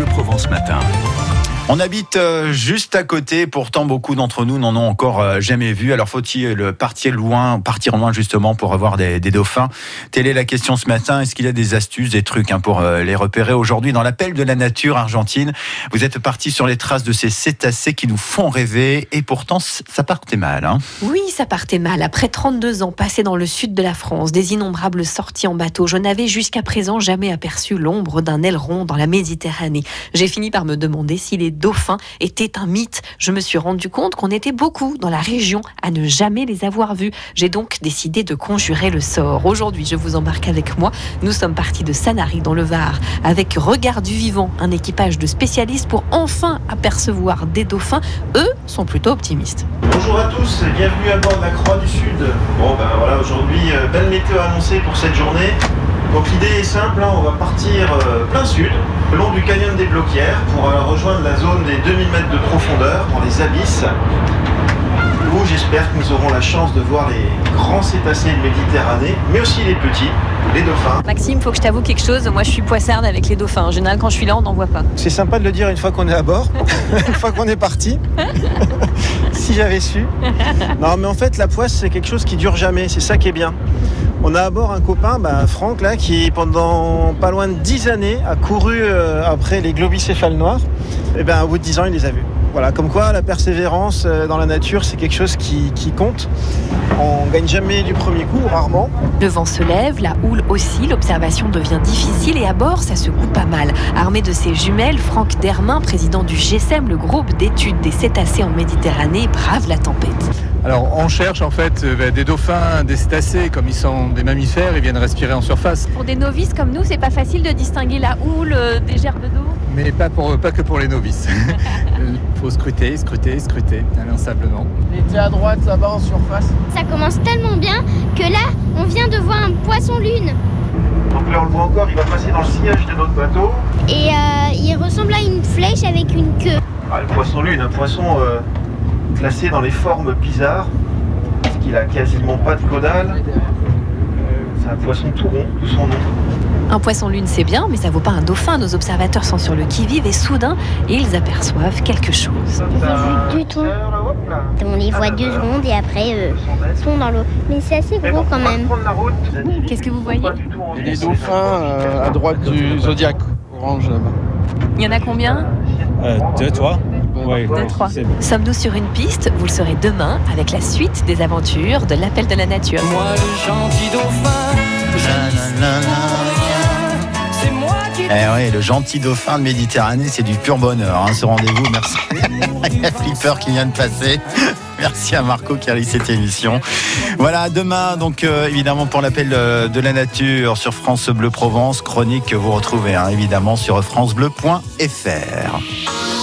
Bleu Provence Matin. On habite juste à côté, pourtant beaucoup d'entre nous n'en ont encore jamais vu. Alors faut-il partir loin justement pour avoir des dauphins? Telle est la question ce matin. Est-ce qu'il y a des astuces, des trucs pour les repérer aujourd'hui dans l'appel de la nature argentine? Vous êtes partis sur les traces de ces cétacés qui nous font rêver et pourtant ça partait mal. Oui, ça partait mal. Après 32 ans passés dans le sud de la France, des innombrables sorties en bateau, je n'avais jusqu'à présent jamais aperçu l'ombre d'un aileron dans la Méditerranée. J'ai fini par me demander si les dauphins étaient un mythe. Je me suis rendu compte qu'on était beaucoup dans la région à ne jamais les avoir vus. J'ai donc décidé de conjurer le sort. Aujourd'hui, je vous embarque avec moi. Nous sommes partis de Sanary dans le Var avec Regard du Vivant, un équipage de spécialistes pour enfin apercevoir des dauphins. Eux sont plutôt optimistes. Bonjour à tous, bienvenue à bord de la Croix du Sud. Voilà, aujourd'hui, belle météo annoncée pour cette journée. Donc l'idée est simple, on va partir plein sud, le long du canyon des Bloquières, pour rejoindre la zone des 2000 mètres de profondeur, dans les abysses, où j'espère que nous aurons la chance de voir les grands cétacés de Méditerranée, mais aussi les petits, les dauphins. Maxime, faut que je t'avoue quelque chose, moi je suis poissarde avec les dauphins. En général, quand je suis là, on n'en voit pas. C'est sympa de le dire une fois qu'on est à bord, une fois qu'on est parti, si j'avais su. Non mais en fait, la poisse, c'est quelque chose qui dure jamais, c'est ça qui est bien. On a à bord un copain, Franck, là, qui pendant pas loin de 10 années a couru après les globicéphales noirs. Et au bout de 10 ans, il les a vus. Voilà, comme quoi la persévérance dans la nature, c'est quelque chose qui compte. On gagne jamais du premier coup, rarement. Le vent se lève, la houle aussi, l'observation devient difficile et à bord, ça secoue pas mal. Armé de ses jumelles, Franck Dermain, président du GESEM, le groupe d'études des cétacés en Méditerranée, brave la tempête. Alors on cherche en fait des dauphins, des cétacés, comme ils sont des mammifères, ils viennent respirer en surface. Pour des novices comme nous, c'est pas facile de distinguer la houle des gerbes d'eau. Mais pas que pour les novices. Il faut scruter inlassablement. Il était à droite là-bas en surface. Ça commence tellement bien que là, on vient de voir un poisson-lune. Donc là, on le voit encore, il va passer dans le sillage de notre bateau. Et il ressemble à une flèche avec une queue. Le poisson-lune, un poisson classé dans les formes bizarres, parce qu'il a quasiment pas de caudale. C'est un poisson tout rond, de son nom. Un poisson-lune, c'est bien, mais ça vaut pas un dauphin. Nos observateurs sont sur le qui-vive et soudain, ils aperçoivent quelque chose. J'ai vu du thon. On les voit 2 secondes et après, sont dans l'eau. Mais c'est assez gros quand même. Qu'est-ce que vous voyez? Les dauphins à droite du Zodiac, orange là-bas. Il y en a combien? 2, 3. Ouais, 2, 3. Sommes-nous sur une piste? Vous le saurez demain avec la suite des aventures de l'appel de la nature. Moi le gentil dauphin, c'est moi qui... Le gentil dauphin de Méditerranée, c'est du pur bonheur, ce rendez-vous. Merci. Il y a Flipper qui vient de passer. Merci à Marco qui a réalisé cette émission. Voilà, demain, donc évidemment pour l'appel de la nature sur France Bleu Provence, chronique que vous retrouvez évidemment sur francebleu.fr.